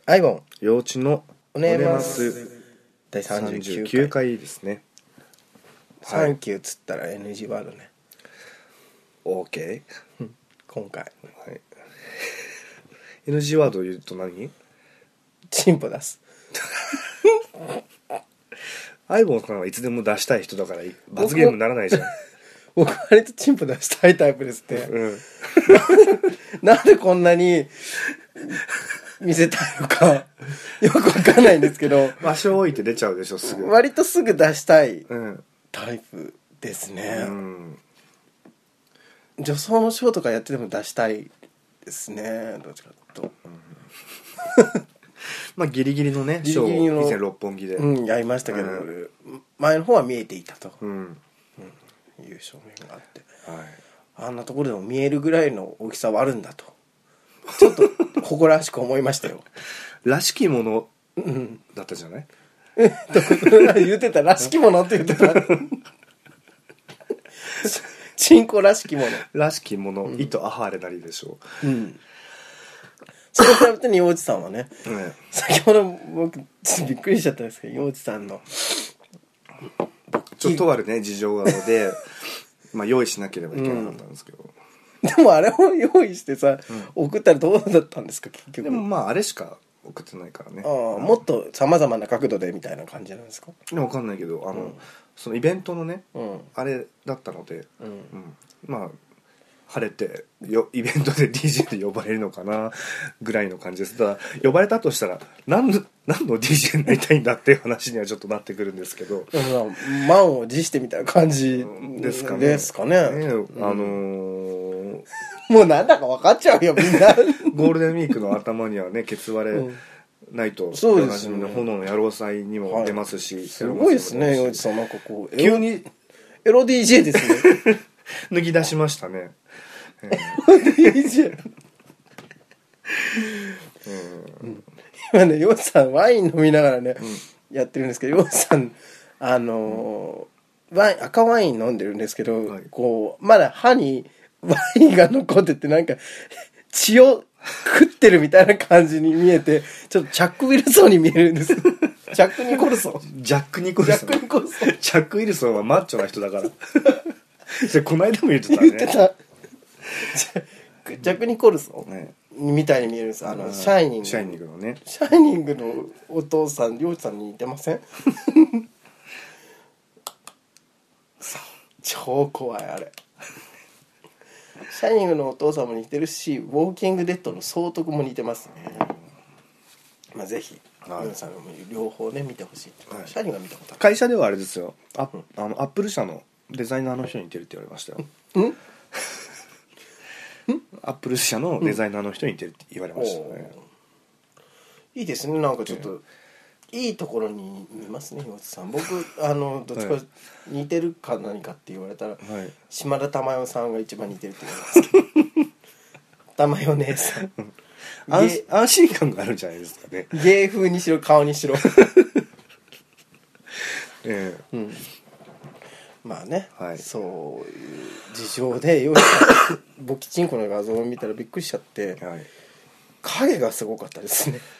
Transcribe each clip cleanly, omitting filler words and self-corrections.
アイボン幼稚のおねます第39回ですね。 サンキューっつったら NG ワードね。 OK。 今回、 はい、NG ワード言うと何？ チンポ出す。 アイボンさんはいつでも出したい人だから罰ゲームにならないじゃん。 僕割とチンポ出したいタイプですって、 うん、 なんでこんなに見せたいのかよくわかんないんですけど、 場所置いて出ちゃうでしょすぐ。 割とすぐ出したいうんタイプですね、 うん、 女装のショーとかやってても出したいですね、どっちかというと、 まあギリギリのねショーを以前六本木で、 やりましたけど、前の方は見えていたと、いう証明があって、あんなところでも見えるぐらいの大きさはあるんだとちょっと誇らしく思いましたよ。 らしきものだったじゃない？ 言ってた、らしきものって言ってた。チンコらしきもの。 らしきもの、意とあはれなりでしょう。 それ比べてに陽一さんはね、先ほど僕ちょっとびっくりしちゃったんですけど、陽一さんのちょっととあるね事情でまあ用意しなければいけなかったんですけど、 でもあれを用意してさ、送ったらどうだったんですか結局。 でもまああれしか送ってないからね。 もっとさまざまな角度でみたいな感じなんですか？ 分かんないけどそのイベントのね、あれだったので、まあ晴れてイベントで DJ で呼ばれるのかなぐらいの感じです。ただ呼ばれたとしたら何の DJ になりたいんだっていう話にはちょっとなってくるんですけど、 満を持してみたいな感じですかね。もうなんだか分かっちゃうよみんな。 ゴールデンウィークの頭にはねケツ割れナイト、おなじみの炎の野郎祭にも出ますし、 すごいですね陽一さん、なんかこう急にエロ DJ ですね。 脱ぎ出しましたね。 DJ 今ね陽一さんワイン飲みながらね、やってるんですけど、陽一さん赤ワイン飲んでるんですけど、こうまだ歯にワインが残ってて、なんか血を食ってるみたいな感じに見えて、ちょっとチャック・ウィルソンに見えるんです。チャック・ニコルソン。 ジャック・ニコルソン。チャック・ウィルソンはマッチョな人だから。それこの間も言ってたね。 言ってた。ジャック・ニコルソン、みたいに見えるんです。シャイニングのね。 シャイニングのお父さん、りょうちさんに似てません？超怖いあれ。シャイニングのお父さんも似てるし、ウォーキングデッドの総督も似てますね。まあぜひ皆さんも両方ね見てほしい。シャイニングが見たことある。 会社ではあれですよ、アップル社のデザイナーの人に似てるって言われましたよ。アップル社のデザイナーの人に似てるって言われましたね。 いいですね、なんかちょっといいところに見ますね、岩津さん。僕どっちか似てるか何かって言われたら、島田珠代さんが一番似てるって言われますけど。珠代姉さん。 安心感があるんじゃないですかね。 芸風にしろ顔にしろ。まあね、そういう事情でボキチンコの画像を見たらびっくりしちゃって、影がすごかったですね。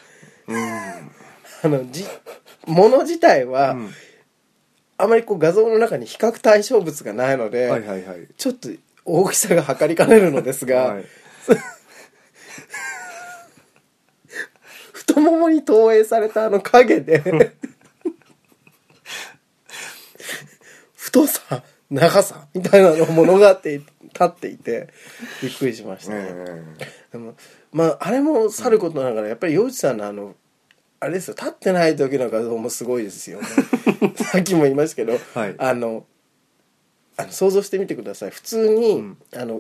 物自体は、あまりこう画像の中に比較対象物がないので、ちょっと大きさが測りかねるのですが、太ももに投影された影で太さ長さみたいなのを物語って立っていてびっくりしましたね。でもまああれもさることながら、やっぱり陽一さんのあれですよ、立ってない時の画像もすごいですよね。さっきも言いましたけど、想像してみてください。普通に、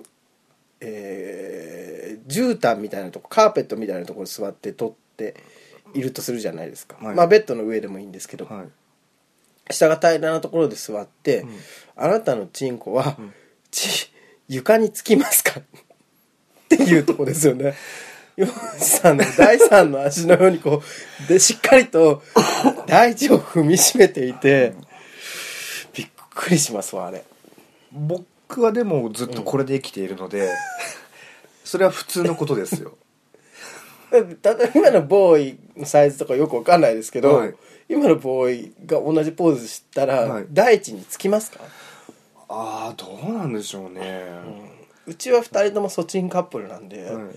絨毯みたいなとこ、カーペットみたいなところに座って撮っているとするじゃないですか。まあベッドの上でもいいんですけど、下が平らなところで座って、あなたのチンコは、床につきますかっていうところですよね。ヨウジさんの第三の足のようにこうでしっかりと大地を踏みしめていて、びっくりしますわあれ。 僕はでもずっとこれで生きているので、それは普通のことですよ。 例えば今のボーイのサイズとかよくわかんないですけど、 はい、 今のボーイが同じポーズしたら、 はい、 第一につきますか？ ああ、どうなんでしょうね、 うちは2人ともソチンカップルなんで、 はい、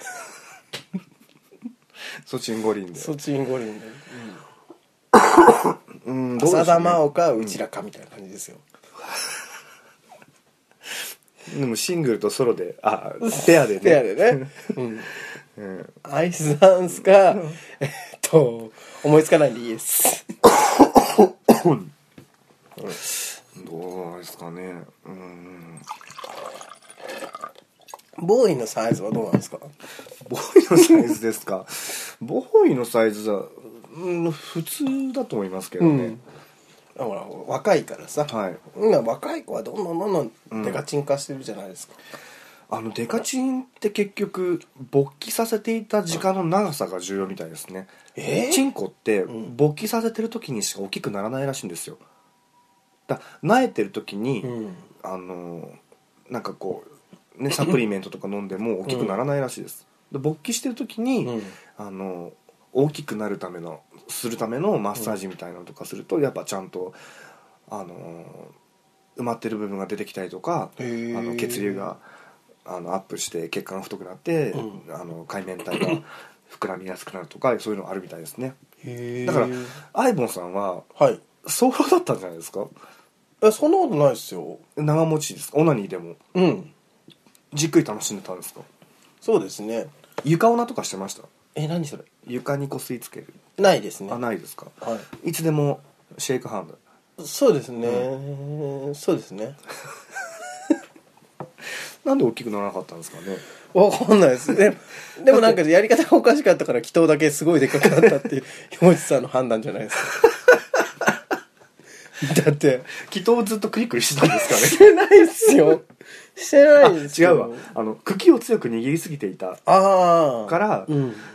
ソチン五輪で、 ソチン五輪で、 どうでしょうね、 浅田真央かうちらかみたいな感じですよ、 でもシングルとソロで、ペアでね、 ペアでね、アイスダンスか、思いつかないんでいいです。 どうですかね。 ボーイのサイズはどうなんですか？ ボーイのサイズですか。ボーイのサイズは、普通だと思いますけどね。 ほら若いからさ、 はい、 今若い子はどんどんデカチン化してるじゃないですか。 デカチンって結局勃起させていた時間の長さが重要みたいですね。チンコって勃起させてる時にしか大きくならないらしいんですよ。慣れてる時に、なんかこうね、サプリメントとか飲んでも大きくならないらしいです。で勃起してる時に、大きくなるためのするためのマッサージみたいなのとかすると、やっぱちゃんと埋まってる部分が出てきたりとか、血流がアップして血管が太くなって、海綿体が膨らみやすくなるとか、そういうのあるみたいですね。だからアイボンさんは、早漏だったんじゃないですか？ そんなことないですよ。 長持ちです。オナニーでもじっくり楽しんでたんですか？ そうですね。 床オナとかしてました？ 何それ？ 床にこすりつける？ ないですね。 ないですか？ はい。 いつでもシェイクハンド？ そうですね、そうですね。 なんで大きくならなかったんですかね？ わかんないですね。でもなんかやり方がおかしかったから祈祷だけすごいでかくなったっていう山内さんの判断じゃないですか。だって祈祷をずっとクリクリしてたんですかね？ してないですよ。してないですよ。 違うわ、茎を強く握りすぎていたから、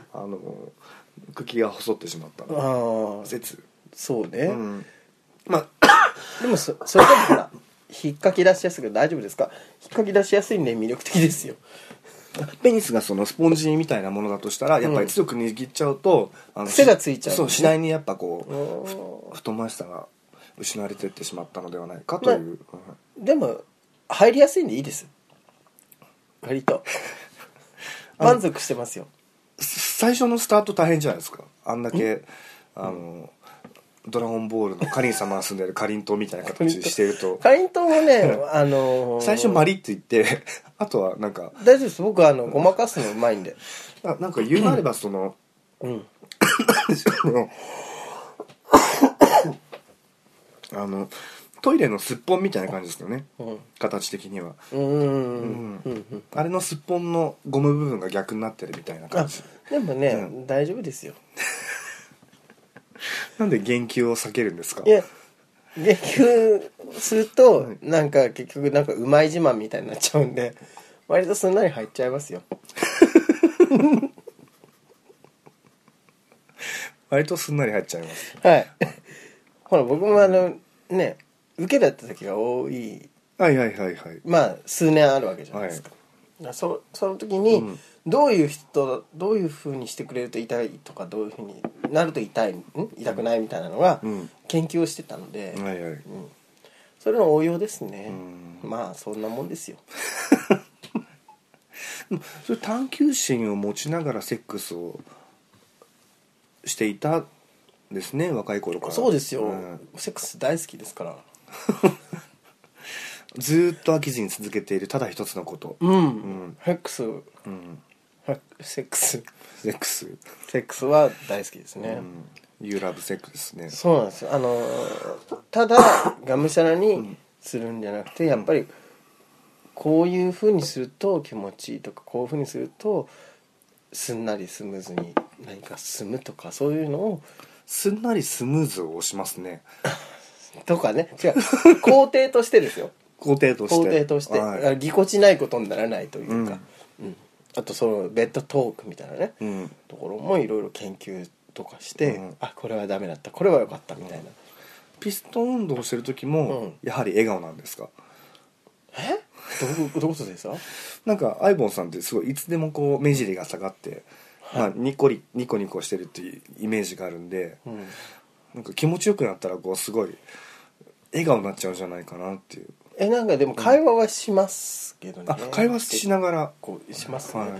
茎が細ってしまった説。 そうね、 まあでもそれでもほら引っかき出しやすいけど大丈夫ですか？引っかき出しやすいんで魅力的ですよ。 ペニスがそのスポンジみたいなものだとしたら、やっぱり強く握っちゃうと、 癖がついちゃう、ね、 そう次第にやっぱこう太ましさが失われていってしまったのではないかという、 でも入りやすいんでいいです。割と満足してますよ。 最初のスタート大変じゃないですか。あんだけドラゴンボールのカリン様が住んでるかりんとうみたいな形してるとかりんとうもね最初マリって言ってあとはなんか大丈夫です。僕ごまかすのうまいんで。 なんか言うなればそのトイレのすっぽんみたいな感じですよね、形的には。あれのすっぽんのゴム部分が逆になってるみたいな感じ。 でもね、大丈夫ですよ。 なんで言及を避けるんですか？ いや言及すると、なんか結局なんかうまい自慢みたいになっちゃうんで、割とすんなり入っちゃいますよ。 割とすんなり入っちゃいます。 はい。ほら僕もね、受けだった時が多い。まあ数年あるわけじゃないですか。その時に、どういう風にしてくれると痛いとか、どういう風になると痛くないみたいなのが研究をしてたので、それの応用ですね。まあそんなもんですよ。 それ探求心を持ちながらセックスをしていたんですね、若い頃から。 そうですよ、セックス大好きですから。 ずっと飽きずに続けているただ一つのこと。 セックスは大好きですね。 You love sexですね。 そうなんですよ。ただがむしゃらにするんじゃなくて、やっぱりこういう風にすると気持ちいいとか、こういう風にするとすんなりスムーズに何か進むとか、そういうのをすんなりスムーズを押しますね。 とかね、違う、工程としてですよ。 工程として、 ぎこちないことにならないというか、あとそのベッドトークみたいなね、ところもいろいろ研究とかして、これはダメだった、これは良かったみたいな。 ピストン運動をしてる時も、やはり笑顔なんですか？ どういうことですか？ なんかアイボンさんってすごいいつでもこう目尻が下がってまあ、ニコニコしてるっていうイメージがあるんで、なんか気持ちよくなったらこうすごい笑顔になっちゃうんじゃないかなっていう。 なんかでも会話はしますけどね、 会話しながらこうしますね、はい、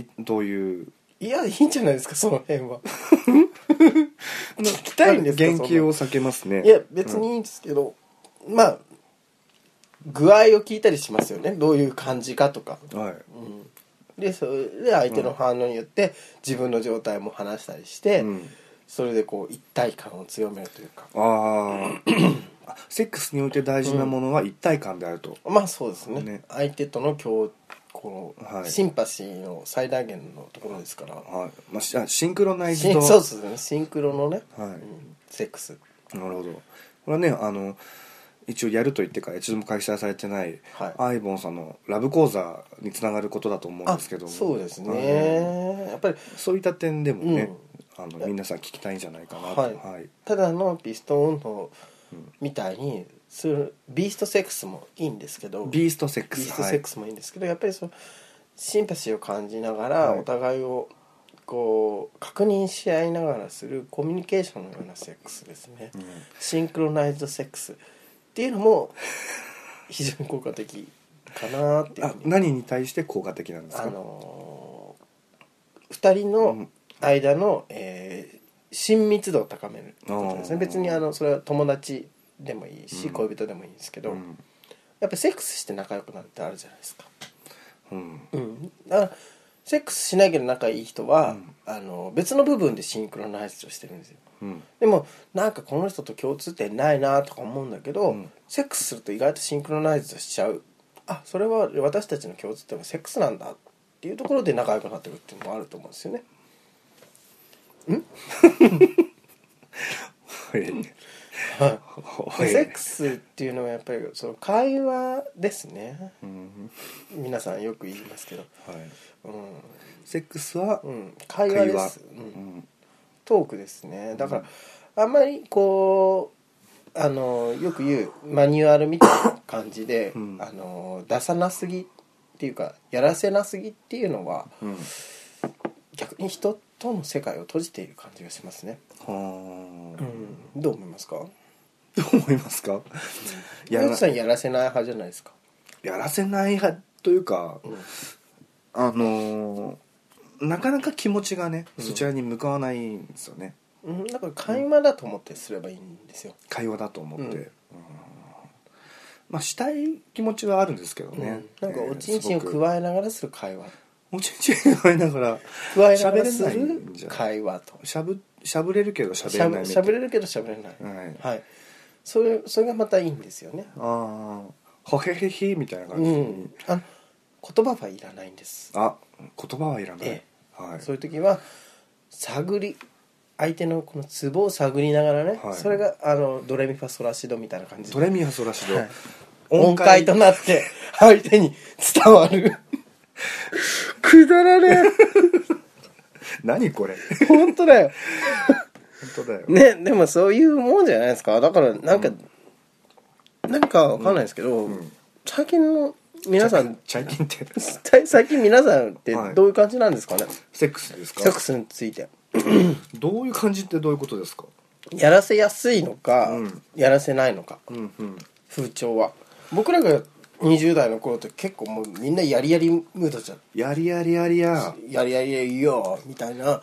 どういう。 いや、いいんじゃないですか、その辺は聞きたいんですか。 言及を避けますね。 いや別にいいんですけど、まあ具合を聞いたりしますよね、どういう感じかとか、はい、でそれで相手の反応によって自分の状態も話したりして、それでこう一体感を強めるというか。 セックスにおいて大事なものは一体感であると、 まあそうですね、相手とのこのシンパシーの最大限のところですから、 まあ、シンクロナイズド、 そうですね、シンクロのね、セックス。 なるほど。これはね、一応やると言ってから一度も開催されてない、アイボンさんのラブ講座につながることだと思うんですけども。 そうですね、やっぱりそういった点でもね、皆さん聞きたいんじゃないかなと、 ただのピストン運動みたいにビーストセックスもいいんですけど、 ビーストセックスもいいんですけど、やっぱりシンパシーを感じながら、お互いをこう確認し合いながらするコミュニケーションのようなセックスですね、シンクロナイズドセックスっていうのも非常に効果的かなっていう。 何に対して効果的なんですか。 2人の間の、親密度を高めることですね。別にそれは友達でもいいし、恋人でもいいんですけど、やっぱりセックスして仲良くなるってあるじゃないですか。だからセックスしないけど仲いい人は、別の部分でシンクロナイズドしてるんですよ、でもなんかこの人と共通点ないなとか思うんだけど、セックスすると意外とシンクロナイズドしちゃう、それは私たちの共通点はセックスなんだっていうところで仲良くなっていくっていうのもあると思うんですよね。セックスっていうのはやっぱりその会話ですね、皆さんよく言いますけど、 セックスは会話です、トークですね。だからあんまりこうよく言うマニュアルみたいな感じで、出さなすぎっていうかやらせなすぎっていうのは、逆に人との世界を閉じている感じがしますね。どう思いますか。 どう思いますか。 やらせない派じゃないですか。 やらせない派というか、なかなか気持ちがね、そちらに向かわないんですよね。 だから会話だと思ってすればいいんですよ。 会話だと思って、まあしたい気持ちはあるんですけどね、 なんかおちんちんを加えながらする会話、 おちんちんを加えながらする会話と、 しゃぶれるけどしゃべれない、 しゃべれるけどしゃべれない、それがまたいいんですよね。 ほへへひみたいな感じに、 言葉はいらないんです。 言葉はいらない、 そういう時は相手のこのツボを探りながらね、それがドレミファソラシドみたいな感じで、 ドレミファソラシド、 音階となって相手に伝わるくだらねえ何これ本当だよ本当だよね。でもそういうもんじゃないですか。だからなんかわかんないですけど、最近の皆さん最近皆さんってどういう感じなんですかね、 セックスですか。 セックスについてどういう感じってどういうことですか。 やらせやすいのか、やらせないのか、風潮は。僕らが20代の頃って結構もうみんなやりやりムードじゃん。やりやりいいよみたいな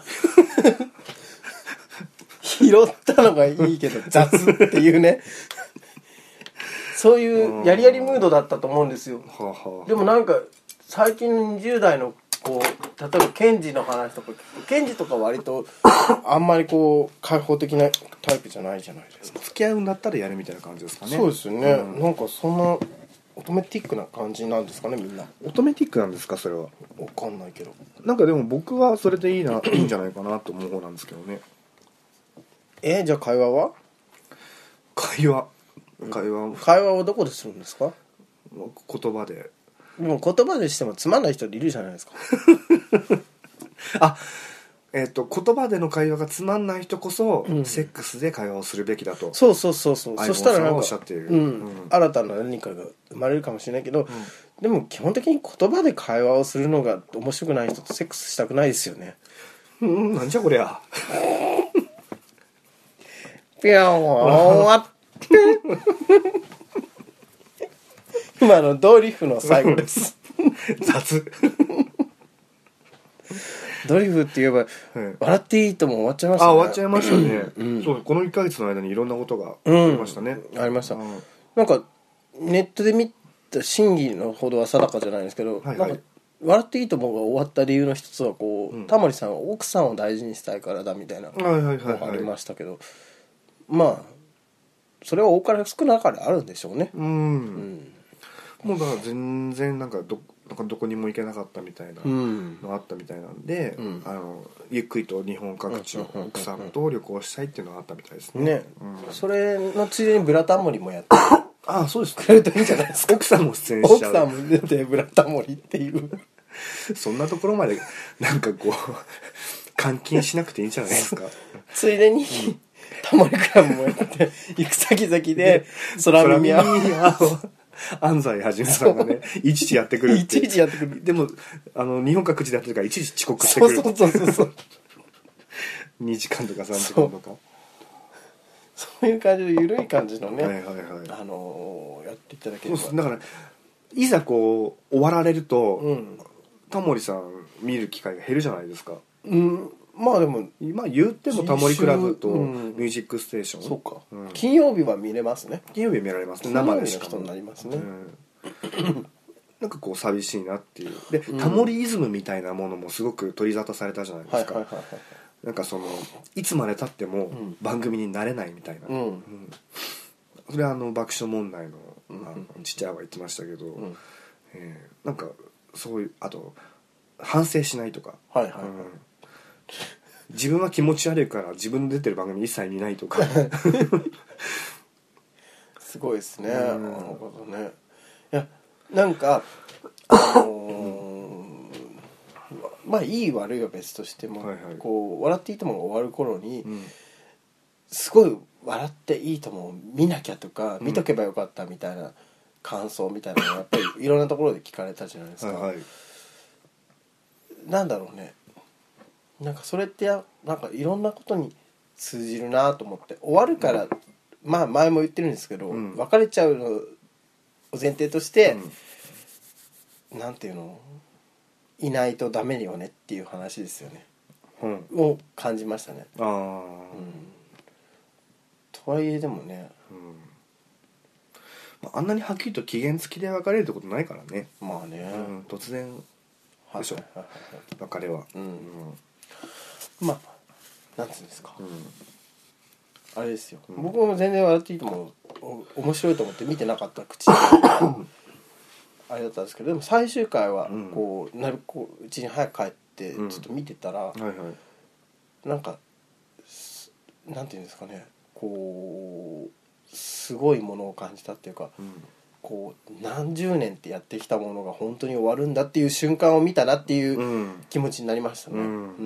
拾ったのがいいけど雑っていうねそういうやりやりムードだったと思うんですよ。でもなんか最近の20代のこう例えばケンジの話とか、ケンジとか割とあんまりこう開放的なタイプじゃないじゃないですか。 付き合うんだったらやるみたいな感じですかね。 そうですよね、なんかそんなオトメティックな感じなんですかね、みんな。 オトメティックなんですか、それは。 分かんないけど、 なんかでも僕はそれでいいんじゃないかなと思う方なんですけどね。 じゃあ会話は会話をどこでするんですか。 言葉で。 でも言葉でしてもつまんない人いるじゃないですか言葉での会話がつまんない人こそ、 うんセックスで会話をするべきだと。 そうそしたらなんかおっしゃっている、 新たな何かが生まれるかもしれないけど、でも基本的に言葉で会話をするのが面白くない人とセックスしたくないですよね。 なんじゃこりゃ。 ピョンワッ今のドリフの最後です雑。 ドリフって言えば、笑っていいとも終わっちゃいましたね。 終わっちゃいましたね、そう、この1ヶ月の間にいろんなことがありましたね、 ありました、なんかネットで見た真偽のほどは定かじゃないんですけど、なんか笑っていいともが終わった理由の一つはこう、タモリさんは奥さんを大事にしたいからだみたいなのがありましたけど、まあそれは多かれ少なかれあるんでしょうね。 もうだから全然なんかどこにも行けなかったみたいなのがあったみたいなんで、ゆっくりと日本各地を奥さんと旅行したいっていうのがあったみたいですね。 それのついでにブラタモリもやってそうですくれるといいんじゃないですか。 奥さんも出演しちゃう。 奥さんも出てブラタモリっていうそんなところまでなんかこう監禁しなくていいんじゃないですか。 ついでにタモリクラブもやって行く先々で空耳を安西はじめさんがねいちいちやってくるって。 いちいちやってくる。 でも日本各地でやってるからいちいち遅刻してくる。 そう 2時間とか3時間とかそういう感じで緩い感じのね、 やっていただければ。 だからいざこう終わられると、タモリさん見る機会が減るじゃないですか。 まあでも今言ってもタモリクラブとミュージックステーション、 そうか、金曜日は見れますね。 金曜日は見られますね。 生でしか人になりますね。 なんかこう寂しいなっていうで、タモリイズムみたいなものもすごく取り沙汰されたじゃないですか。なんかいつまで経っても番組になれないみたいな、それは爆笑問題のちっちゃいは言ってましたけど、なんかそういうあと反省しないとか、自分は気持ち悪いから自分の出てる番組一切見ないとかすごいですね、なるほどね。いやなんかまあいい悪いは別としても、こう笑っていいともが終わる頃に、すごい笑っていいとも見なきゃとか、見とけばよかったみたいな感想みたいなのがやっぱりいろんなところで聞かれたじゃないですか。なんだろうね、なんかそれってなんかいろんなことに通じるなと思って、終わるから、まあ前も言ってるんですけど、別れちゃうのを前提として、なんていうの、いないとダメよねっていう話ですよね、を感じましたね。とはいえでもね、 あんなにはっきりと期限付きで別れるってことないからね。 まあね、 突然でしょ、別れは。 まあなんつうんですか、あれですよ、僕も全然笑っていいとも面白いと思って見てなかった口あれだったんですけど、でも最終回はこうなるうちに早く帰ってちょっと見てたら、なんかなんていうんですかね、こうすごいものを感じたっていうか、こう何十年ってやってきたものが本当に終わるんだっていう瞬間を見たなっていう気持ちになりましたね。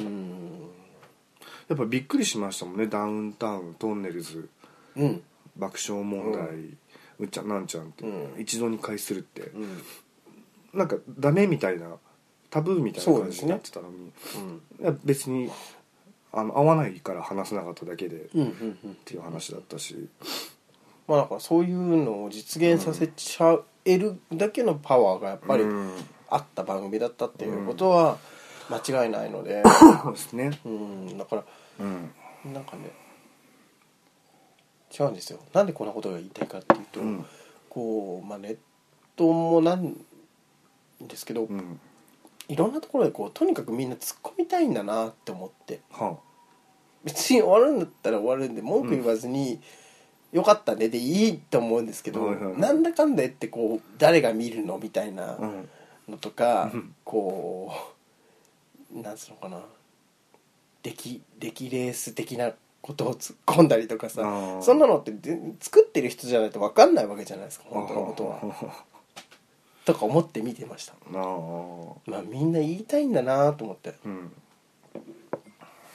やっぱびっくりしましたもんね。ダウンタウン、トンネルズ、爆笑問題、うっちゃんなんちゃんって一度に会するって、なんかダメみたいな、タブーみたいな感じになってたのに、いや別に合わないから話せなかっただけでっていう話だったし、 まあだからそういうのを実現させちゃえるだけのパワーがやっぱりあった番組だったっていうことは間違いないので、 そうですね。 だからなんかね、違うんですよ。なんでこんなことが言いたいかっていうと、こうネットもなんですけど、いろんなところでこうとにかくみんな突っ込みたいんだなって思って、別に終わるんだったら終わるんで文句言わずに、よかったねでいいと思うんですけど、なんだかんだ言ってこう誰が見るのみたいなのとか、こうなんつうのかな、出来レース的なことを突っ込んだりとかさ、そんなのって作ってる人じゃないと分かんないわけじゃないですか、本当のことはとか思って見てました。まあみんな言いたいんだなと思って、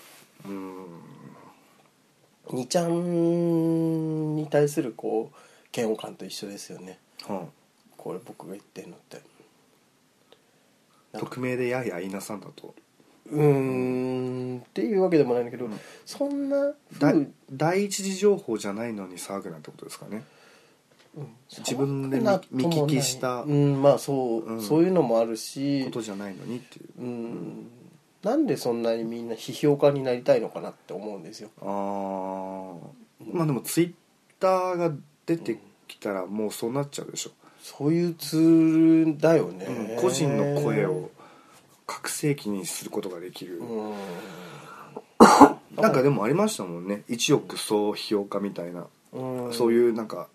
2ちゃんに対するこう嫌悪感と一緒ですよね、これ僕が言ってるのって。 匿名でやや言いなさんだとっていうわけでもないんだけど、そんな第一次情報じゃないのに騒ぐなんてことですかね、自分で見聞きしたまあそう、そういうのもあるしことじゃないのにっていう、 なんでそんなにみんな批評家になりたいのかなって思うんですよ。 まあでもツイッターが出てきたらもうそうなっちゃうでしょ。 そういうツールだよね、 個人の声を拡声器にすることができる、なんかでもありましたもんね、一億総評価みたいな、そういうなんか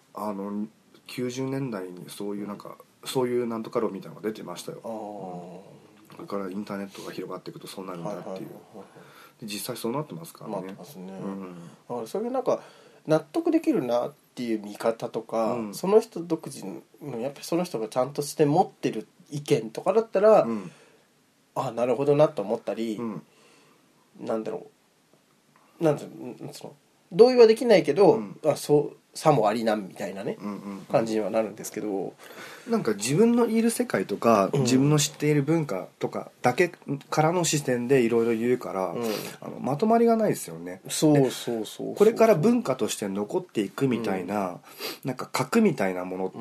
90年代にそういうなんかそういうなんとか論みたいなのが出てましたよ。これからインターネットが広がっていくとそうなるんだっていう、実際そうなってますからね。 なってますね、それなんか納得できるなっていう見方とか、その人独自のやっぱりその人がちゃんとして持ってる意見とかだったら、あなるほどなと思ったり、なんだろう、なんつうの同意はできないけど、そうさもありなみたいなね、感じにはなるんですけど、 なんか自分のいる世界とか、自分の知っている文化とかだけからの視点でいろいろ言うから、まとまりがないですよね。 そうこれから文化として残っていくみたいな、なんか核みたいなものって、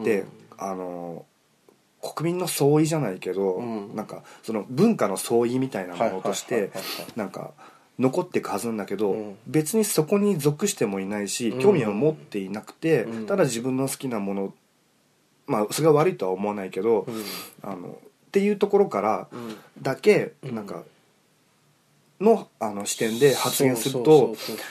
国民の総意じゃないけど、なんかその文化の総意みたいなものとしてなんか残っていくはずなんだけど、別にそこに属してもいないし興味を持っていなくて、ただ自分の好きなもの、まあそれが悪いとは思わないけど、っていうところからだけなんかの視点で発言すると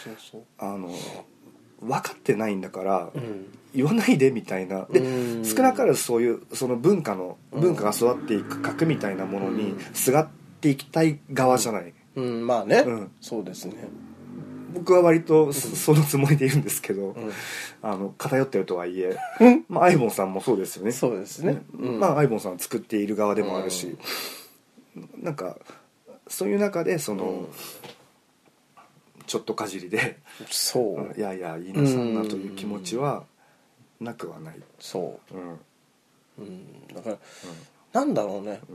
分かってないんだから、言わないでみたいなで、少なからずそういうその文化が育っていく核みたいなものにすがっていきたい側じゃない、 まあね、そうですね。 僕は割とそのつもりでいるんですけど、偏ってるとはいえ、まあアイボンさんもそうですよね。 そうですね、 まあアイボンさんは作っている側でもあるし、なんかそういう中でその、ちょっとかじりでいやいや言いなさんなという気持ちはなくはない。 だから、なんだろうね、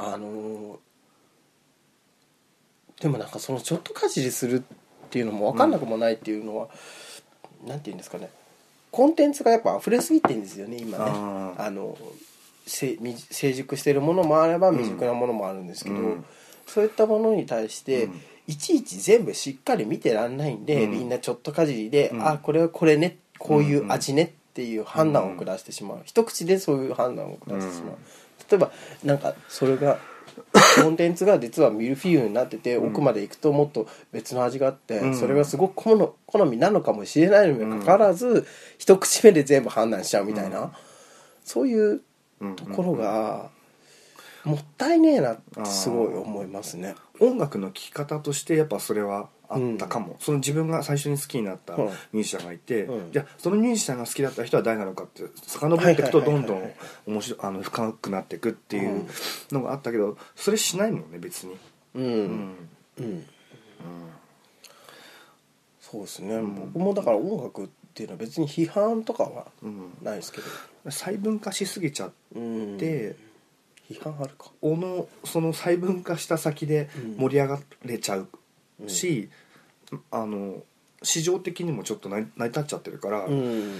でもなんかそのちょっとかじりするっていうのも分かんなくもないっていうのは、なんていうんですかね、コンテンツがやっぱ溢れすぎてるんですよね今ね。成熟してるものもあれば未熟なものもあるんですけど、そういったものに対して、いちいち全部しっかり見てらんないんで、みんなちょっとかじりで、あこれはこれね、こういう味ねっていう判断を下してしまう、一口でそういう判断を下してしまう、例えばなんかそれがコンテンツが実はミルフィーユになってて、奥まで行くともっと別の味があって、それがすごく好みなのかもしれないのにもかかわらず、一口目で全部判断しちゃうみたいな、そういうところがもったいねえなってすごい思いますね。 音楽の聴き方としてやっぱそれはあったかも、その自分が最初に好きになったミュージシャンがいて、じゃあそのミュージシャンが好きだった人は誰なのかって遡っていくとどんどん深くなっていくっていうのがあったけど、それしないもんね別に。 そうですね、僕もだから音楽っていうのは別に批判とかはないですけど、 細分化しすぎちゃって、 批判あるか、 その細分化した先で盛り上がれちゃうし、市場的にもちょっと成り立っちゃってるから、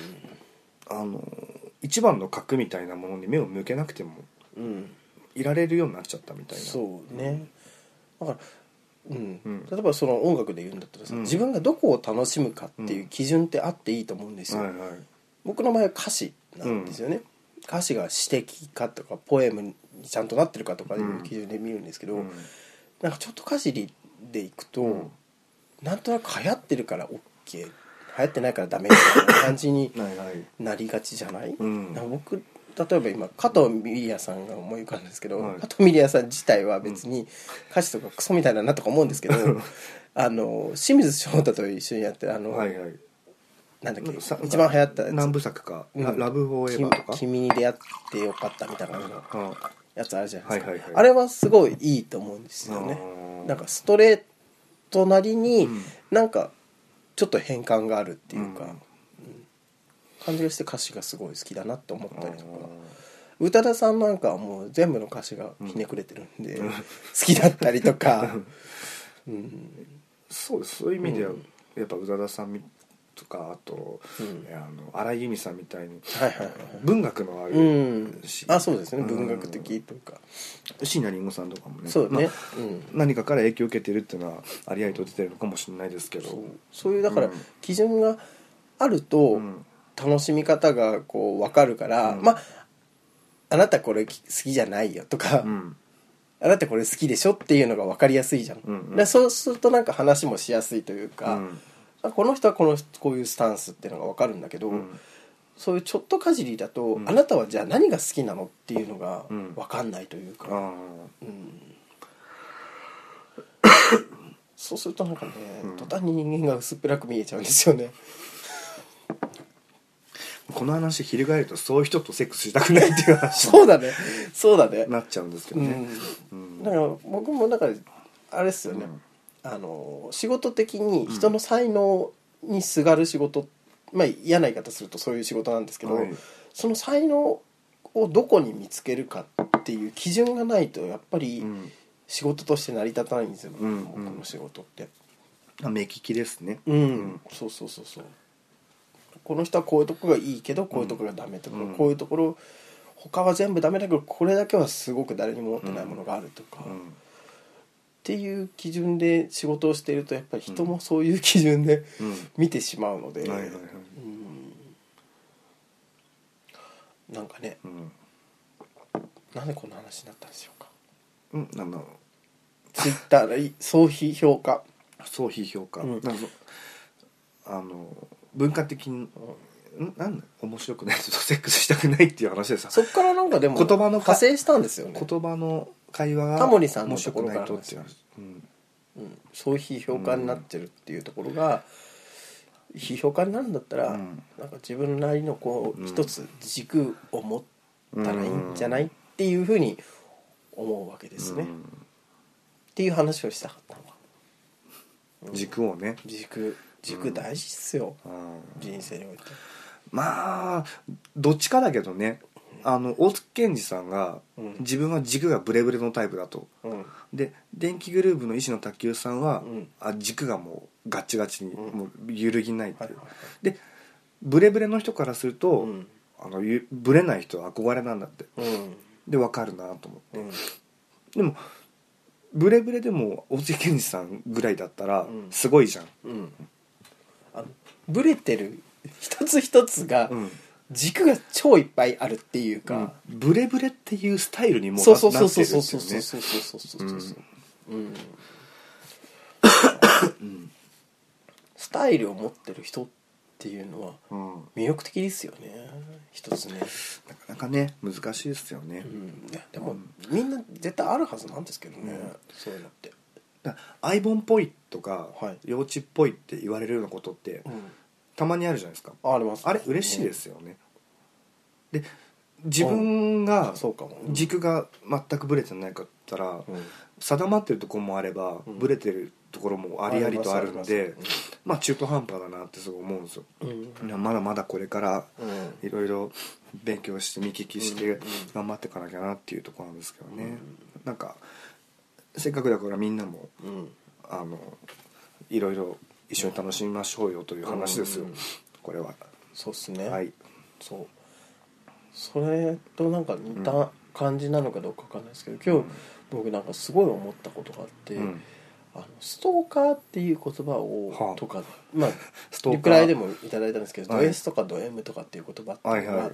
一番の核みたいなものに目を向けなくてもいられるようになっちゃったみたいな。 そうね、だから例えばその音楽で言うんだったらさ、自分がどこを楽しむかっていう基準ってあっていいと思うんですよ。僕の場合は歌詞なんですよね、歌詞が詩的かとかポエムにちゃんとなってるかとかいう基準で見るんですけど、なんかちょっとかじりでいくと、なんとなく流行ってるから OK、 流行ってないからダメみたいな感じになりがちじゃない？僕例えば今加藤ミリヤさんが思い浮かんだんですけど、加藤ミリヤさん自体は別に歌詞とかクソみたいだなとか思うんですけど清水翔太と一緒にやってなんだっけ一番流行ったやつ何部作か、ラブフォーエバーとか君に出会ってよかったみたいなのやつあるじゃないですか、あれはすごいいいと思うんですよね。なんかストレートなりになんかちょっと変換があるっていうか、感じがして歌詞がすごい好きだなって思ったりとか、宇多田さんなんかはもう全部の歌詞がひねくれてるんで、好きだったりとか、 そうです。そういう意味では、やっぱ宇多田さんとか、あと、荒井由実さんみたいに文学のあるし、 そうですね、文学的というか、 椎名林檎さんとかもね、 そうね、 何かから影響を受けてるっていうのはありありと出てるのかもしれないですけど、 そういうだから基準があると楽しみ方がこう分かるから、あなたこれ好きじゃないよとか、あなたこれ好きでしょっていうのが分かりやすいじゃん、でそうするとなんか話もしやすいというか、この人はこういうスタンスっていうのが分かるんだけど、そういうちょっとかじりだと、あなたはじゃあ何が好きなのっていうのが分かんないというか、そうするとなんかね、途端に人間が薄っぺらく見えちゃうんですよね。 この話翻ると、そういう人とセックスしたくないっていう話そうだねなっちゃうんですけどね、 だから僕もだからあれですよね、仕事的に人の才能にすがる仕事、嫌な言い方するとそういう仕事なんですけど、その才能をどこに見つけるかっていう基準がないとやっぱり仕事として成り立たないんですよ、僕の仕事って。 目利きですね。 そうこの人はこういうとこがいいけどこういうとこがダメとか、こういうところ他は全部ダメだけどこれだけはすごく誰にも持ってないものがあるとか、っていう基準で仕事をしているとやっぱり人もそういう基準で見てしまうので、なんかね、なんでこんな話になったんでしょうか。 なんだろう、 ツイッターで総批評価、 文化的に、なんだ面白くない人とセックスしたくないっていう話でさ、 そっからなんかでも言葉の派生したんですよね。 言葉の会話がタモリさんの面白くないとっていう話、 そういう批評家になってるっていうところが、批評家になるんだったら、なんか自分なりのこう一つ軸を持ったらいいんじゃないっていうふうに思うわけですね、っていう話をしたかったのは、 軸をね、 軸大事っすよ、人生において。 どっちかだけどね、大月健二さんが、自分は軸がブレブレのタイプだと、で電気グルーヴの石野卓球さんは、軸がもうガチガチに、もう揺るぎないっていう、でブレブレの人からすると、ブレない人は憧れなんだって、で分かるなと思って、でもブレブレでも大月健二さんぐらいだったらすごいじゃん、 ブレてる一つ一つが、軸が超いっぱいあるっていうか、 ブレブレっていうスタイルにもなってるんですよね。スタイルを持ってる人っていうのは魅力的ですよね、一つね。 なかなかね難しいですよね、 でもみんな絶対あるはずなんですけどね、そういうのって。 アイボンっぽいとか、幼稚っぽいって言われるようなことって、たまにあるじゃないですか。 あります。 あれ嬉しいですよね、で自分が軸が全くブレてないかったら、定まってるところもあれば、ブレてるところもありありとあるんで、中途半端だなってすごい思うんですよ、まだまだこれからいろいろ勉強して見聞きして頑張っていかなきゃなっていうところなんですけどね、なんかせっかくだからみんなも、いろいろ一緒に楽しみましょうよという話ですよ、これは。 そうっすね、そうそれとなんか似た感じなのかどうかわかんないですけど、今日僕なんかすごい思ったことがあって、ストーカーっていう言葉を、とかリプライでもいただいたんですけど、ド S とかド M とかっていう言葉っていうのは、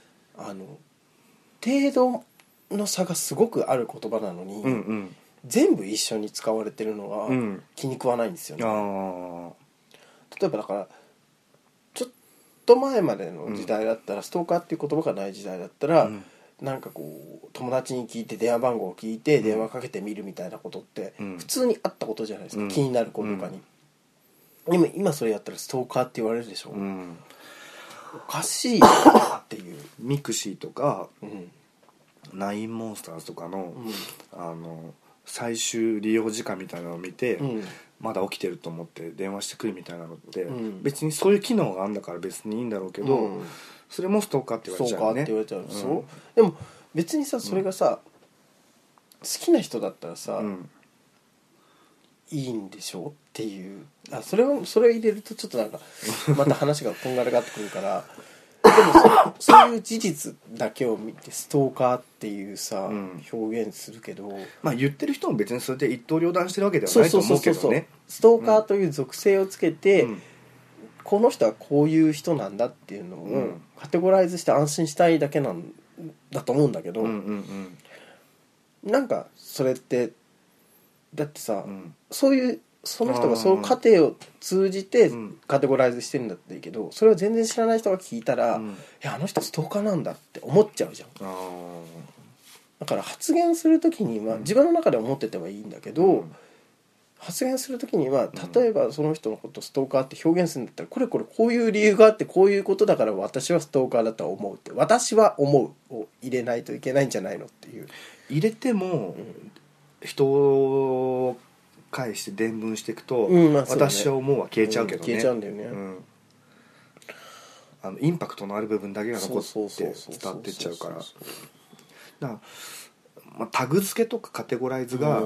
程度の差がすごくある言葉なのに、全部一緒に使われてるのが気に食わないんですよね。例えばだからちょっと前までの時代だったら、ストーカーっていう言葉がない時代だったら、なんかこう友達に聞いて電話番号を聞いて電話かけてみるみたいなことって普通にあったことじゃないですか、気になる子とかに。今それやったらストーカーって言われるでしょ、おかしいっていう。 ミクシーとか、ナインモンスターズとかの、最終利用時間みたいなのを見て、 まだ起きてると思って電話してくるみたいなのって、別にそういう機能があるんだから別にいいんだろうけど、それもストーカーって言われちゃうよね。 ストーカーって言われちゃう、そうでも別にさそれがさ、好きな人だったらさ、いいんでしょっていう、それを入れるとちょっとなんかまた話がこんがらがってくるからでもそういう事実だけを見てストーカーっていうさ、表現するけど、 まあ言ってる人も別にそれで一刀両断してるわけではないと思うけどね。 ストーカーという属性をつけて、この人はこういう人なんだっていうのをカテゴライズして安心したいだけなんだと思うんだけど、なんかそれってだってさ、そういうその人がその過程を通じてカテゴライズしてるんだっていいけど、それを全然知らない人が聞いたら、いやあの人ストーカーなんだって思っちゃうじゃん。だから発言するときには自分の中で思っててはいいんだけど、発言するときには例えばその人のことをストーカーって表現するんだったら、こういう理由があってこういうことだから私はストーカーだとは思うって、私は思うを入れないといけないんじゃないのっていう。 入れても、人を介して伝聞していくと、私は思うは消えちゃうけどね、 消えちゃうんだよね、 インパクトのある部分だけが残って伝わっていっちゃうから。だから、タグ付けとかカテゴライズが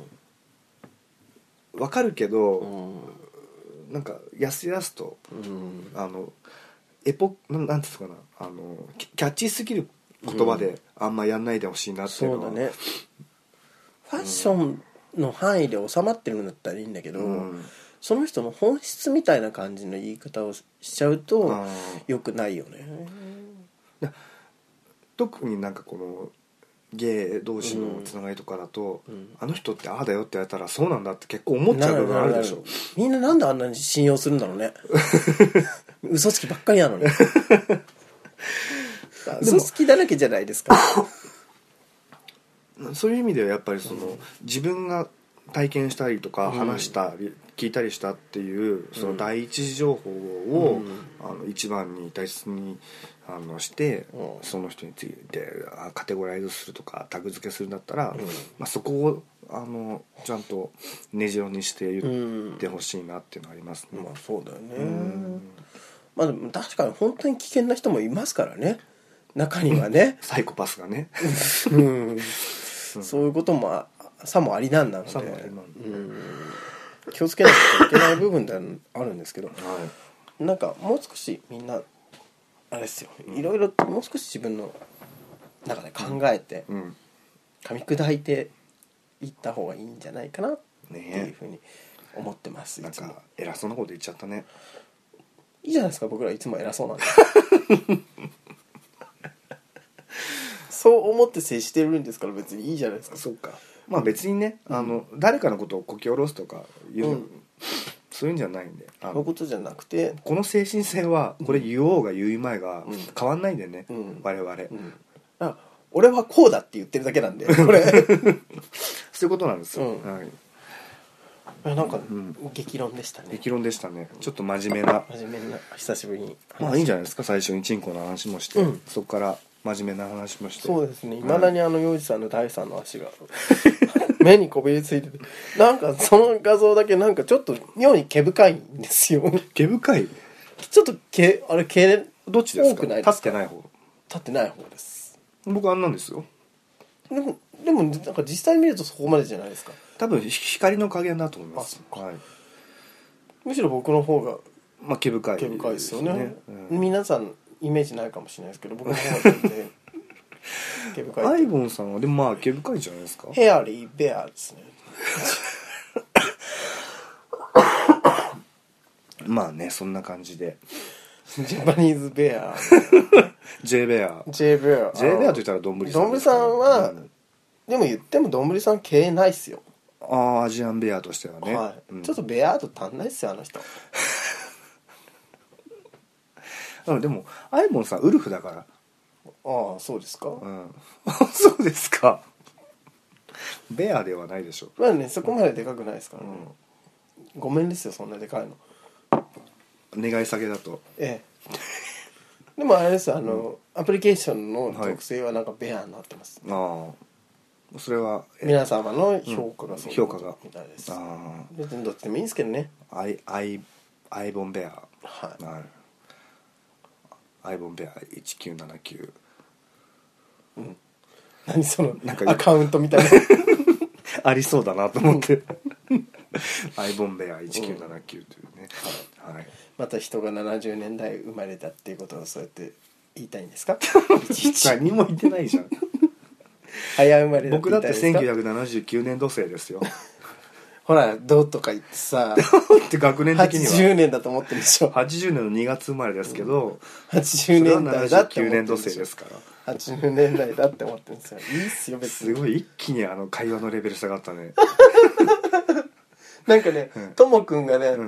分かるけど、なんかやすやすと、なんていうんですかな、キャッチーすぎる言葉であんまやんないでほしいなっていうのは、 そうだね。ファッションの範囲で収まってるんだったらいいんだけど、その人の本質みたいな感じの言い方をしちゃうと良くないよね。 特になんかこのゲイ同士のつながりとかだと、あの人ってああだよって言われたらそうなんだって結構思っちゃう部分あるでしょ。 みんななんであんなに信用するんだろうね嘘つきばっかりなのに嘘つきだらけじゃないですかそういう意味ではやっぱりその、自分が体験したりとか話したり、聞いたりしたっていうその第一次情報を、一番に大切にして、その人についてカテゴライズするとかタグ付けするんだったら、そこをちゃんと根城にして言ってほしいなっていうのがありますね。 そうだよね。でも確かに本当に危険な人もいますからね、中にはねサイコパスがねそういうこともさもありなんだので、気をつけなきゃいけない部分ではあるんですけど、なんかもう少しみんなあれですよ、いろいろもう少し自分の中で考えて、噛み砕いていった方がいいんじゃないかなっていうふうに思ってます。 なんか偉そうなこと言っちゃったね。 いいじゃないですか、僕らいつも偉そうなんでそう思って接してるんですから別にいいじゃないですか。 そうか、別にね、誰かのことをこき下ろすとかいう、そういうんじゃないんで、 そういうことじゃなくて、 この精神性はこれ言おうが言う前が変わんないんでね、我々、 俺はこうだって言ってるだけなんでこれそういうことなんですよ、 なんか、激論でしたね。 激論でしたね。ちょっと真面目な久しぶりにいいんじゃないですか。最初にチンコの話もして、そこから真面目な話もして。 そうですね。未だに洋二さんの第三の足が目にこびりついてて、なんかその画像だけなんかちょっと妙に毛深いんですよ。 毛深い？ ちょっと毛どっちですか？ 多くないですか？ 立ってない方。 立ってない方です。 僕あんなんですよ。 でもなんか実際見るとそこまでじゃないですか。 多分光の加減だと思います。 むしろ僕の方が毛深いですよね。皆さんイメージないかもしれないですけど、僕の方が全然毛深い。 アイボンさんはでも毛深いじゃないですか。 ヘアリーベアですねそんな感じでジャパニーズベア J ベア J ベアと言ったらどんぶりさんですさんは、でも言ってもどんぶりさん毛ないっすよ。 アジアンベアとしてはね、 ちょっとベアード足んないっすよあの人でもアイボンさんウルフだから。 そうですか。 そうですか。ベアではないでしょ。 そこまででかくないですからね、ごめんですよそんなでかいの。 願い下げだと。 でもあれです、アプリケーションの特性はなんかベアになってます、 それは皆様の評価が評価がみたいです。別にどっちでもいいんですけどね。 アイボンベア、 はい、 アイボンベア1979、 何そのなんかアカウントみたいなありそうだなと思ってアイボンベア1979というね、はい、 また人が70年代生まれたっていうことをそうやって言いたいんですか何も言ってないじゃん早生まれだって僕だって1979年度生ですよほらどうとか言ってさって学年的には 80年だと思ってるでしょ。 80年の2月生まれですけど、 80年代だって思ってる 79年度生ですから 80年代だって思ってるんですよ。いいっすよ別に。 すごい一気に会話のレベル下がったねなんかねともくんがね、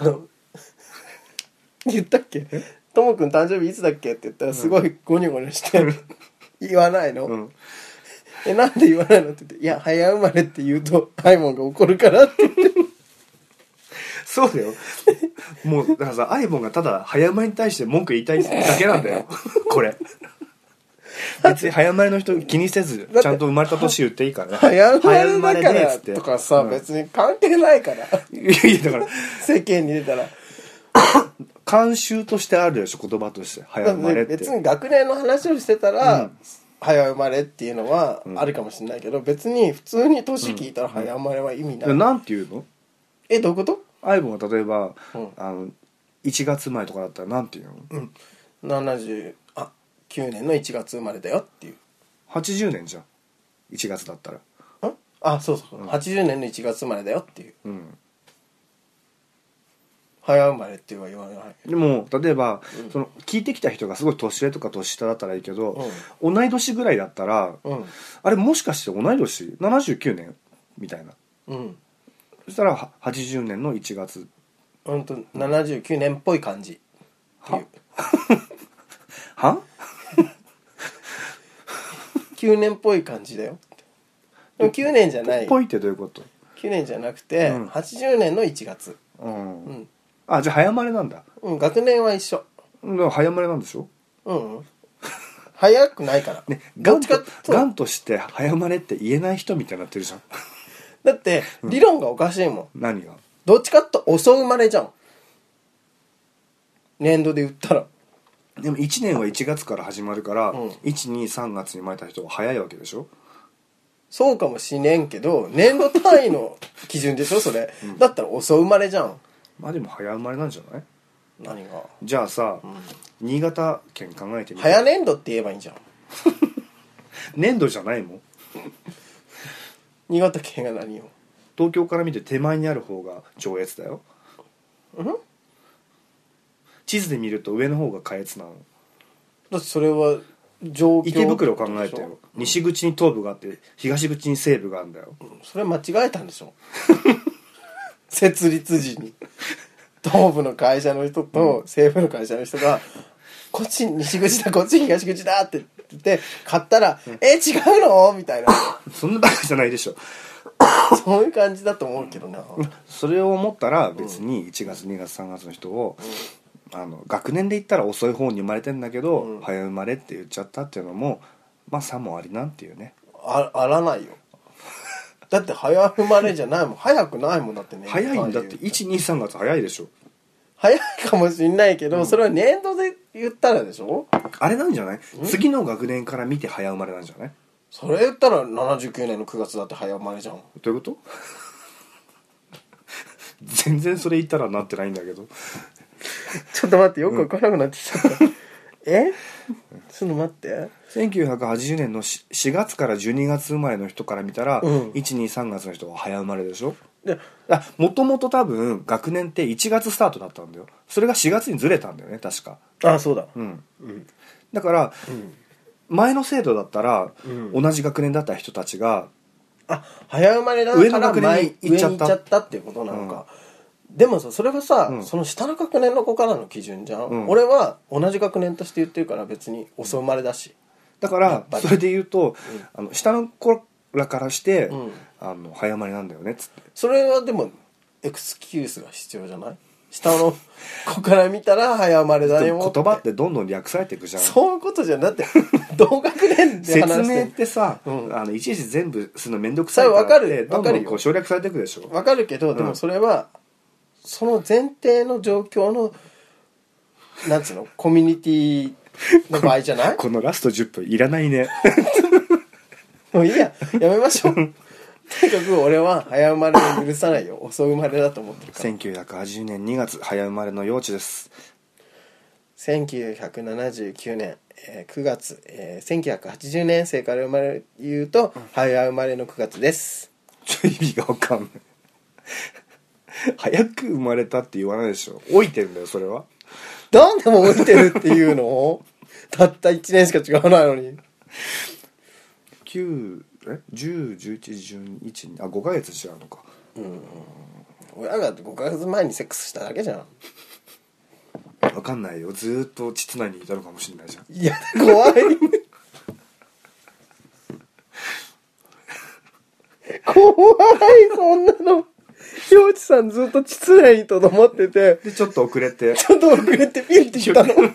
言ったっけともくん誕生日いつだっけって言ったらすごいゴニョゴニョして言わないの、なんで言わないのって言って、いや早生まれって言うとハイモンが怒るからって言ってそうだよもうだからさアイボンがただ早生まれに対して文句言いたいだけなんだよこれ別に早生まれの人気にせずちゃんと生まれた年言っていいからね早生まれだからとかさ、別に関係ないからいやだから世間に出たら慣習としてあるでしょ言葉として早生まれって別に学年の話をしてたら、早生まれっていうのはあるかもしれないけど、別に普通に年聞いたら早生まれは意味ない、 なんて言うの？ どういうこと？ アイボンが例えば、1月前とかだったらなんて言うの ？79年の1月生まれだよっていう。 80年じゃん1月だったらそうそう、80年の1月生まれだよっていう、早生まれっては言わない。 でも例えば、その聞いてきた人がすごい年上とか年下だったらいいけど、同い年ぐらいだったら、あれもしかして同い年79年みたいな、そしたら80年の1月 79年っぽい感じっていうは 9年っぽい感じだよ。でも9年じゃない。 ぽいってどういうこと？ 9年じゃなくて、80年の1月。 あ、じゃあ早生まれなんだ。 学年は一緒。 早生まれなんでしょ？ 早くないからね、ガンとして早生まれって言えない人みたいになってるじゃん。 だって理論がおかしいもん。 何が？ どっちかって遅生まれじゃん、年度で言ったら。 でも1年は1月から始まるから、123月に生まれた人は早いわけでしょ。 そうかもしれんけど年度単位の基準でしょそれ、だったら遅生まれじゃん。 まあでも早生まれなんじゃない？ 何が？ じゃあさ、新潟県考えてみて。 早年度って言えばいいんじゃん年度じゃないもん新潟県が何よ。 東京から見て手前にある方が上越だよ。地図で見ると上の方が下越なの。 だってそれは状況。 池袋を考えてよ。西口に東部があって東口に西部があるんだよ。 それ間違えたんでしょ設立時に東部の会社の人と西部の会社の人が、こっち西口だこっち東口だって言って買ったら、違うのみたいなそんなバカじゃないでしょそういう感じだと思うけどな。 それを思ったら別に1月2月3月の人を、学年で言ったら遅い方に生まれてんだけど、早生まれって言っちゃったっていうのもまあさもありなんていうね。 あらないよだって早生まれじゃないもん。早くないもんだってね。 早いんだって。123月早いでしょ。 早いかもしれないけど、それは年度で言ったらでしょ。 あれなんじゃない？次の学年から見て早生まれなんじゃない？ それ言ったら79年の9月だって早生まれじゃん。 どういうこと全然それ言ったらなってないんだけどちょっと待ってよく分からなくなってきちゃった、ちょっと待って。 1980年の4月から12月生まれの人から見たら、123月の人は早生まれでしょ。もともと多分学年って1月スタートだったんだよ。それが4月にずれたんだよね確か。 そうだ。 だから、前の制度だったら、同じ学年だった人たちが早生まれだから上の学年に行っちゃったっていうことなのか。でもさそれはさ、その下の学年の子からの基準じゃん、俺は同じ学年として言ってるから別に遅生まれだし、 だからそれで言うと、下の子らからして、早生まれなんだよねっつって。 それはでもエクスキュースが必要じゃない？ 下の子から見たら早生まれだよ。 言葉ってどんどん略されていくじゃん。 そういうことじゃん。だって同学年で話して説明ってさ、いちいち全部するのめんどくさいからって、どんどんこう省略されていくでしょ。 わかるけど、でもそれはその前提の状況のなんつうのコミュニティの場合じゃない？ このラスト10分いらないね。 もういいや、やめましょう。とにかく俺は早生まれを許さないよ。遅生まれだと思ってるから。 1980年2月早生まれの幼稚です。 1979年、9月、1980年生から生まれ言うと早生まれの9月です。 意味がわかんない。早く生まれたって言わないでしょ。老いてるんだよそれは。 なんでも老いてるっていうのたった1年しか違わないのに。 10、11、12、5ヶ月違うのか。 親が5ヶ月前にセックスしただけじゃん。 わかんないよ。ずーっと膣内にいたのかもしれないじゃん。 いや怖い。怖い、そんなの。洋一さんずっと膣内にとどまってて、 でちょっと遅れてピュンって言ったの。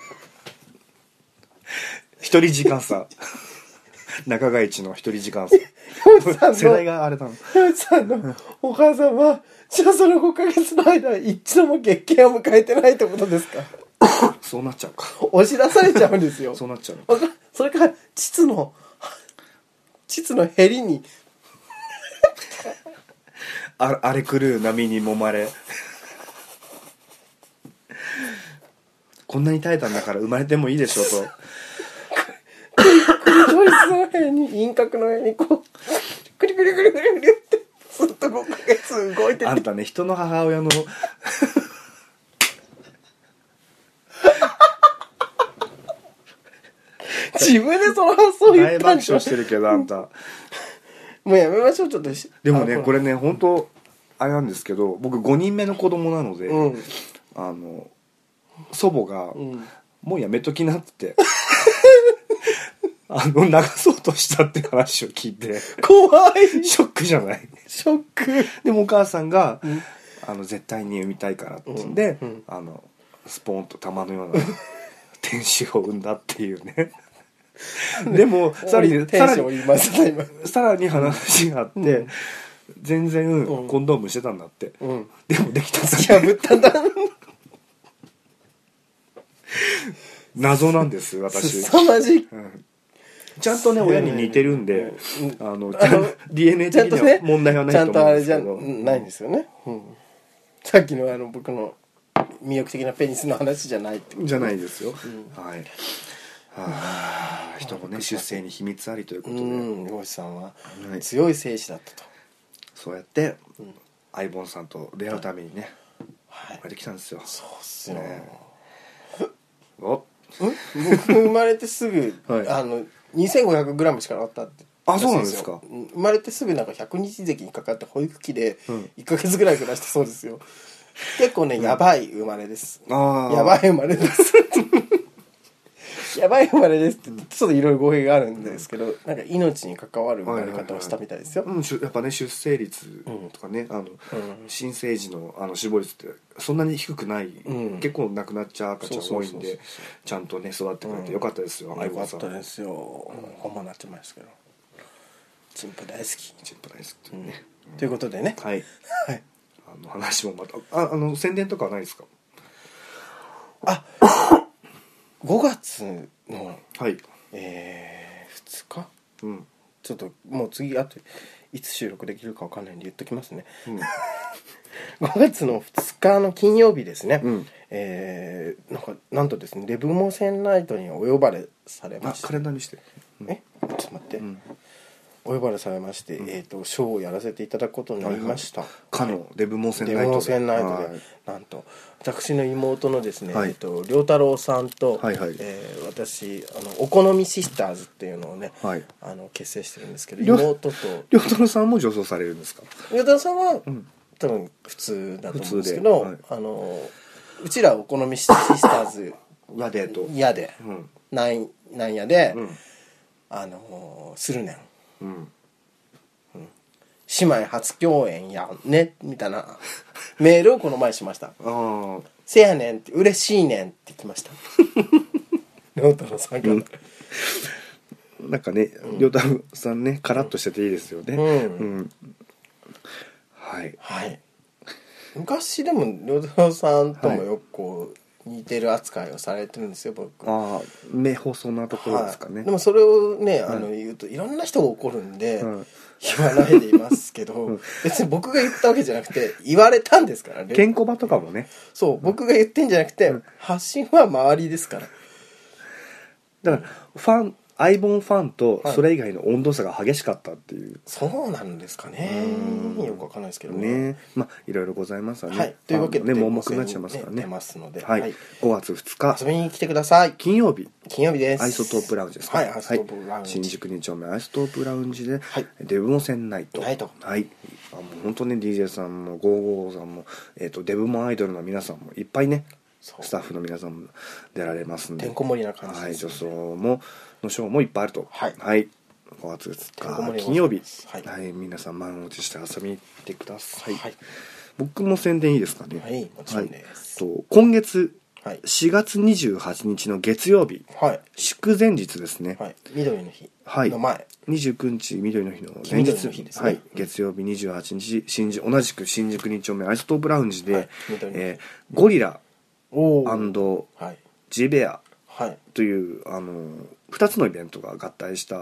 一人時間差。中川一の一人時間差。世代があれだの。 洋一さんのお母さんはじゃあその5ヶ月の間一度も月経を迎えてないってことですか？ そうなっちゃうか。 押し出されちゃうんですよ。 そうなっちゃう。 それから膣の減りに荒れ狂う波に揉まれ。こんなに耐えたんだから生まれてもいいでしょうと。 クリスの辺に輪郭の上にこうクリクリクリクリクリってずっと5ヶ月動いてて、 あんたね人の母親の自分でその発想を言大爆ったんじゃん。 笑してるけどあんた。 もうやめましょうちょっと。 でもねこれね本当あれなんですけど、僕5人目の子供なので、祖母が、もうやめときなって流そうとしたって話を聞いて怖い。 ショックじゃない？ ショック。 でもお母さんが、絶対に産みたいからって言って、スポーンと玉のような天使を産んだっていうね。でもさらに話があって、全然コンドームしてたんだって、でもできたんだ。 破ったんだ。 謎なんです私。 凄まじい。 ちゃんとね親に似てるんで、DNA 的には問題はないと思うんですけど、 ちゃんとあれじゃないんですよね。さっきの僕の魅力的なペニスの話じゃないってことじゃないですよ。はい。人のね出生に秘密ありということで、 漁師さんは強い精子だったと。 そうやって相棒さんと出会うためにね生まれてきたんですよ。 そうっすよ。 お僕生まれてすぐ2500g しかなかったって。 あ、そうなんですか。 生まれてすぐなんか100日咳にかかって保育器で1ヶ月ぐらい暮らしたそうですよ。結構ねやばい生まれです。やばい生まれです。やばい生まれですってちょっといろいろ語弊があるんですけど、なんか命に関わる生まれ方をしたみたいですよ。 やっぱね出生率とかね新生児の死亡率ってそんなに低くない、結構亡くなっちゃう赤ちゃん多いんで、ちゃんとね育ってくれてよかったですよ。 よかったですよ。ほんまなってましたけど、チンプ大好き。 チンプ大好きというね。 ということでね。 はい。話もまた宣伝とかはないですか？ 5月のはい 2日、ちょっともう次あといつ収録できるか分かんないんで言っときますね。5月の2日の金曜日ですね。なんとですねレブモセンナイトにお呼ばれされました。 カレンダーにして。 ちょっと待って。お呼ばれされまして、ショーをやらせていただくことになりました。 かのデブモセンナイトで。 デブモセンナイトで、なんと私の妹のですね、良太郎さんと、私お好みシスターズっていうのをね、結成してるんですけど、妹と良太郎さんも女装されるんですか？ 良太郎さんは、多分普通だと思うんですけど、うちらお好みシスターズやで、なんやで、するねん。 姉妹初共演やんねみたいなメールをこの前しました。せやねんって嬉しいねんって来ました亮太郎さんから、 なんかね亮太郎さんねカラッとしてていいですよね。はい、 はい、昔でも亮太郎さんともよくこう似てる扱いをされてるんですよ僕。 目細なところですかね。 でもそれをね言うといろんな人が怒るんで、言わないでいますけど、別に僕が言ったわけじゃなくて言われたんですからね。 ケンコバとかもね、 そう僕が言ってんじゃなくて、発信は周りですから。 だからアイボンファンとそれ以外の温度差が激しかったっていう、 そうなんですかね。よくわかんないですけどね。まあいろいろございますわね。 はい、というわけでね、盲目になっちゃいますからね。 出ますので、 はい、5月2日遊びに来てください。 金曜日です。 アイソトープラウンジですか。 はい、アイソトープラウンジ、 新宿2丁目アイソトープラウンジで、デブモセンナイト。はい、もう本当ね DJ さんも55さんもデブモアイドルの皆さんもいっぱいね、スタッフの皆さんも出られますんで、 てんこ盛りな感じです、 はい、女装ものショーもいっぱいあると。はい、5月2日金曜日、はい、皆さん満を持して遊びに行ってください。僕も宣伝いいですかね。 はい、もちろんです。 今月4月28日の月曜日、祝前日ですね。 緑の日の前、 29日緑の日の前日ですね。月曜日28日同じく新宿2丁目アイソトープラウンジで、ゴリラジベアという2つのイベントが合体した、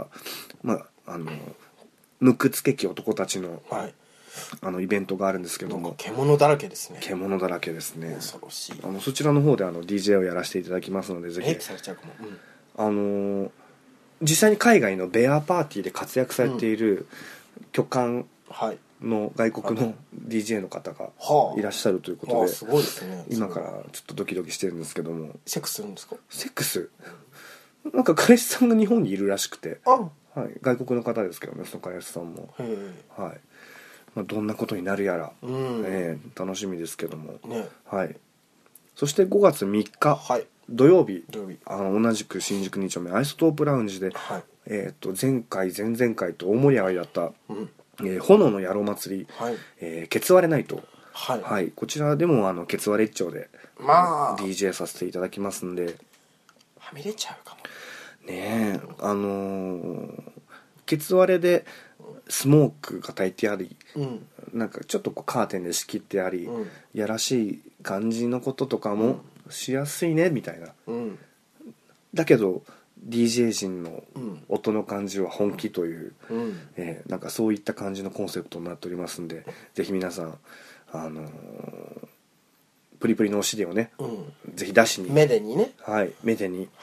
ムックつけき男たちの、イベントがあるんですけども、 獣だらけですね。 獣だらけですね。 恐ろしい。 そちらの方でDJ をやらせていただきますので、ぜひされちゃうかも。 実際に海外のベアパーティーで活躍されている巨漢の外国の DJ の方がいらっしゃるということで、 すごいですね。 今からちょっとドキドキしてるんですけども。 セックスするんですか？ セックスなんか彼氏さんが日本にいるらしくて、外国の方ですけどね、その彼氏さんも。どんなことになるやら、楽しみですけども、そして5月3日、土曜日、同じく新宿2丁目アイソトープラウンジで、前回前々回と大盛り上がりだった、炎の野郎祭り、ケツ割れナイト、こちらでもケツ割れ一丁で、DJ させていただきますんで、 はみ出ちゃうかもね。ケツ割れでスモークが焚いてあり、なんかちょっとカーテンで仕切ってあり、やらしい感じのこととかもしやすいねみたいな、だけど DJ 陣の音の感じは本気という、なんかそういった感じのコンセプトになっておりますんで、ぜひ皆さんプリプリのお尻をね、ぜひ出しに、 メデにね、 メデに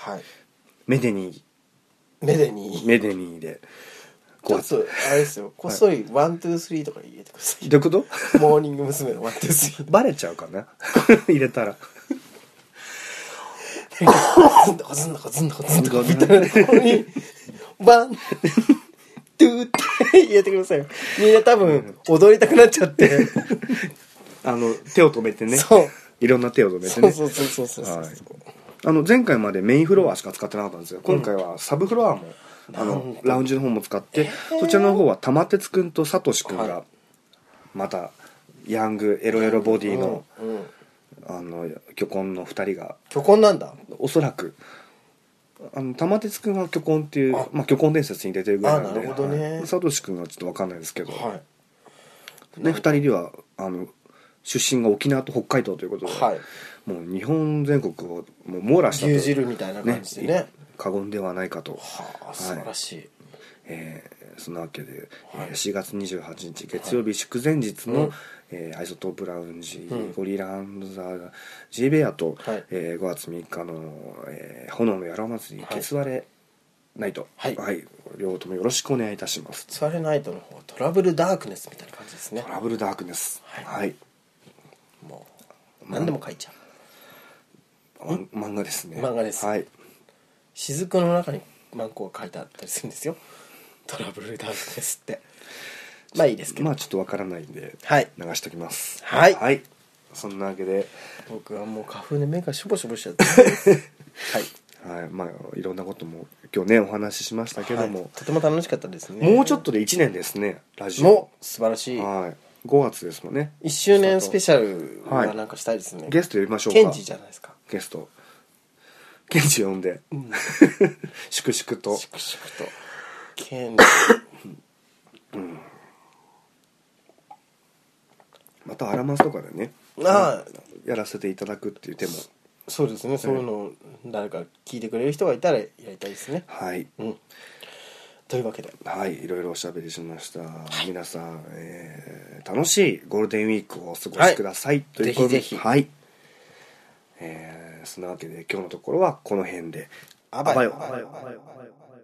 でちょっとあれですよ、こっそりワントゥースリーとか入れてください。 どういうこと？ モーニング娘。のワントゥースリーバレちゃうかな入れたらずんだかずんだかずんだかずんだかみたいなところにワントゥーって入れてくださいよ。みんな多分踊りたくなっちゃって手を止めてね、いろんな手を止めてね、そう前回までメインフロアしか使ってなかったんですよ。今回はサブフロアもラウンジの方も使って、そちらの方は玉鉄くんとサトシくんがまたヤングエロエロボディの巨根の2人が、 巨根なんだ、 おそらく玉鉄くんが巨根っていう、巨根伝説に出てるぐらいなんで、なるほどね。サトシくんはちょっと分かんないですけど、2人では出身が沖縄と北海道ということで、もう日本全国をもう網羅したと、 牛汁みたいな感じでね、 過言ではないかと。 素晴らしい。 そんなわけで、4月28日月曜日祝前日の、アイソトープラウンジ、ゴリラ&ザ・ジベアと、5月3日の、炎の野郎祭りケツ割れナイト、両方ともよろしくお願いいたします。 ケツ割れナイトの方はトラブルダークネスみたいな感じですね。 トラブルダークネス、 もう何でも書いちゃう漫画ですね。 漫画です。雫の中にマンコが書いてあったりするんですよ、トラブルダークネスって。まあいいですけど、 ちょっとわからないんで流しておきます。そんなわけで僕はもう花粉で目がしょぼしょぼしちゃってはい、まあいろんなことも今日ねお話ししましたけども、 はい、とても楽しかったですね。 もうちょっとで1年ですね、ラジオも素晴らしい。 はい、5月ですもんね。 1周年スペシャルはなんかしたいですね。 ゲスト呼びましょうか。 ケンジじゃないですか。 ゲストケンジ呼んで、粛々とケンジまたアラマスとかでね、やらせていただくっていう手も。 そうですね、そういうのを誰か聞いてくれる人がいたらやりたいですね。 はい、 というわけで、 はい、いろいろおしゃべりしました。皆さん、楽しいゴールデンウィークをお過ごしください、ということで、 ぜひぜひ、 はい、そんなわけで今日のところはこの辺で。あばよ。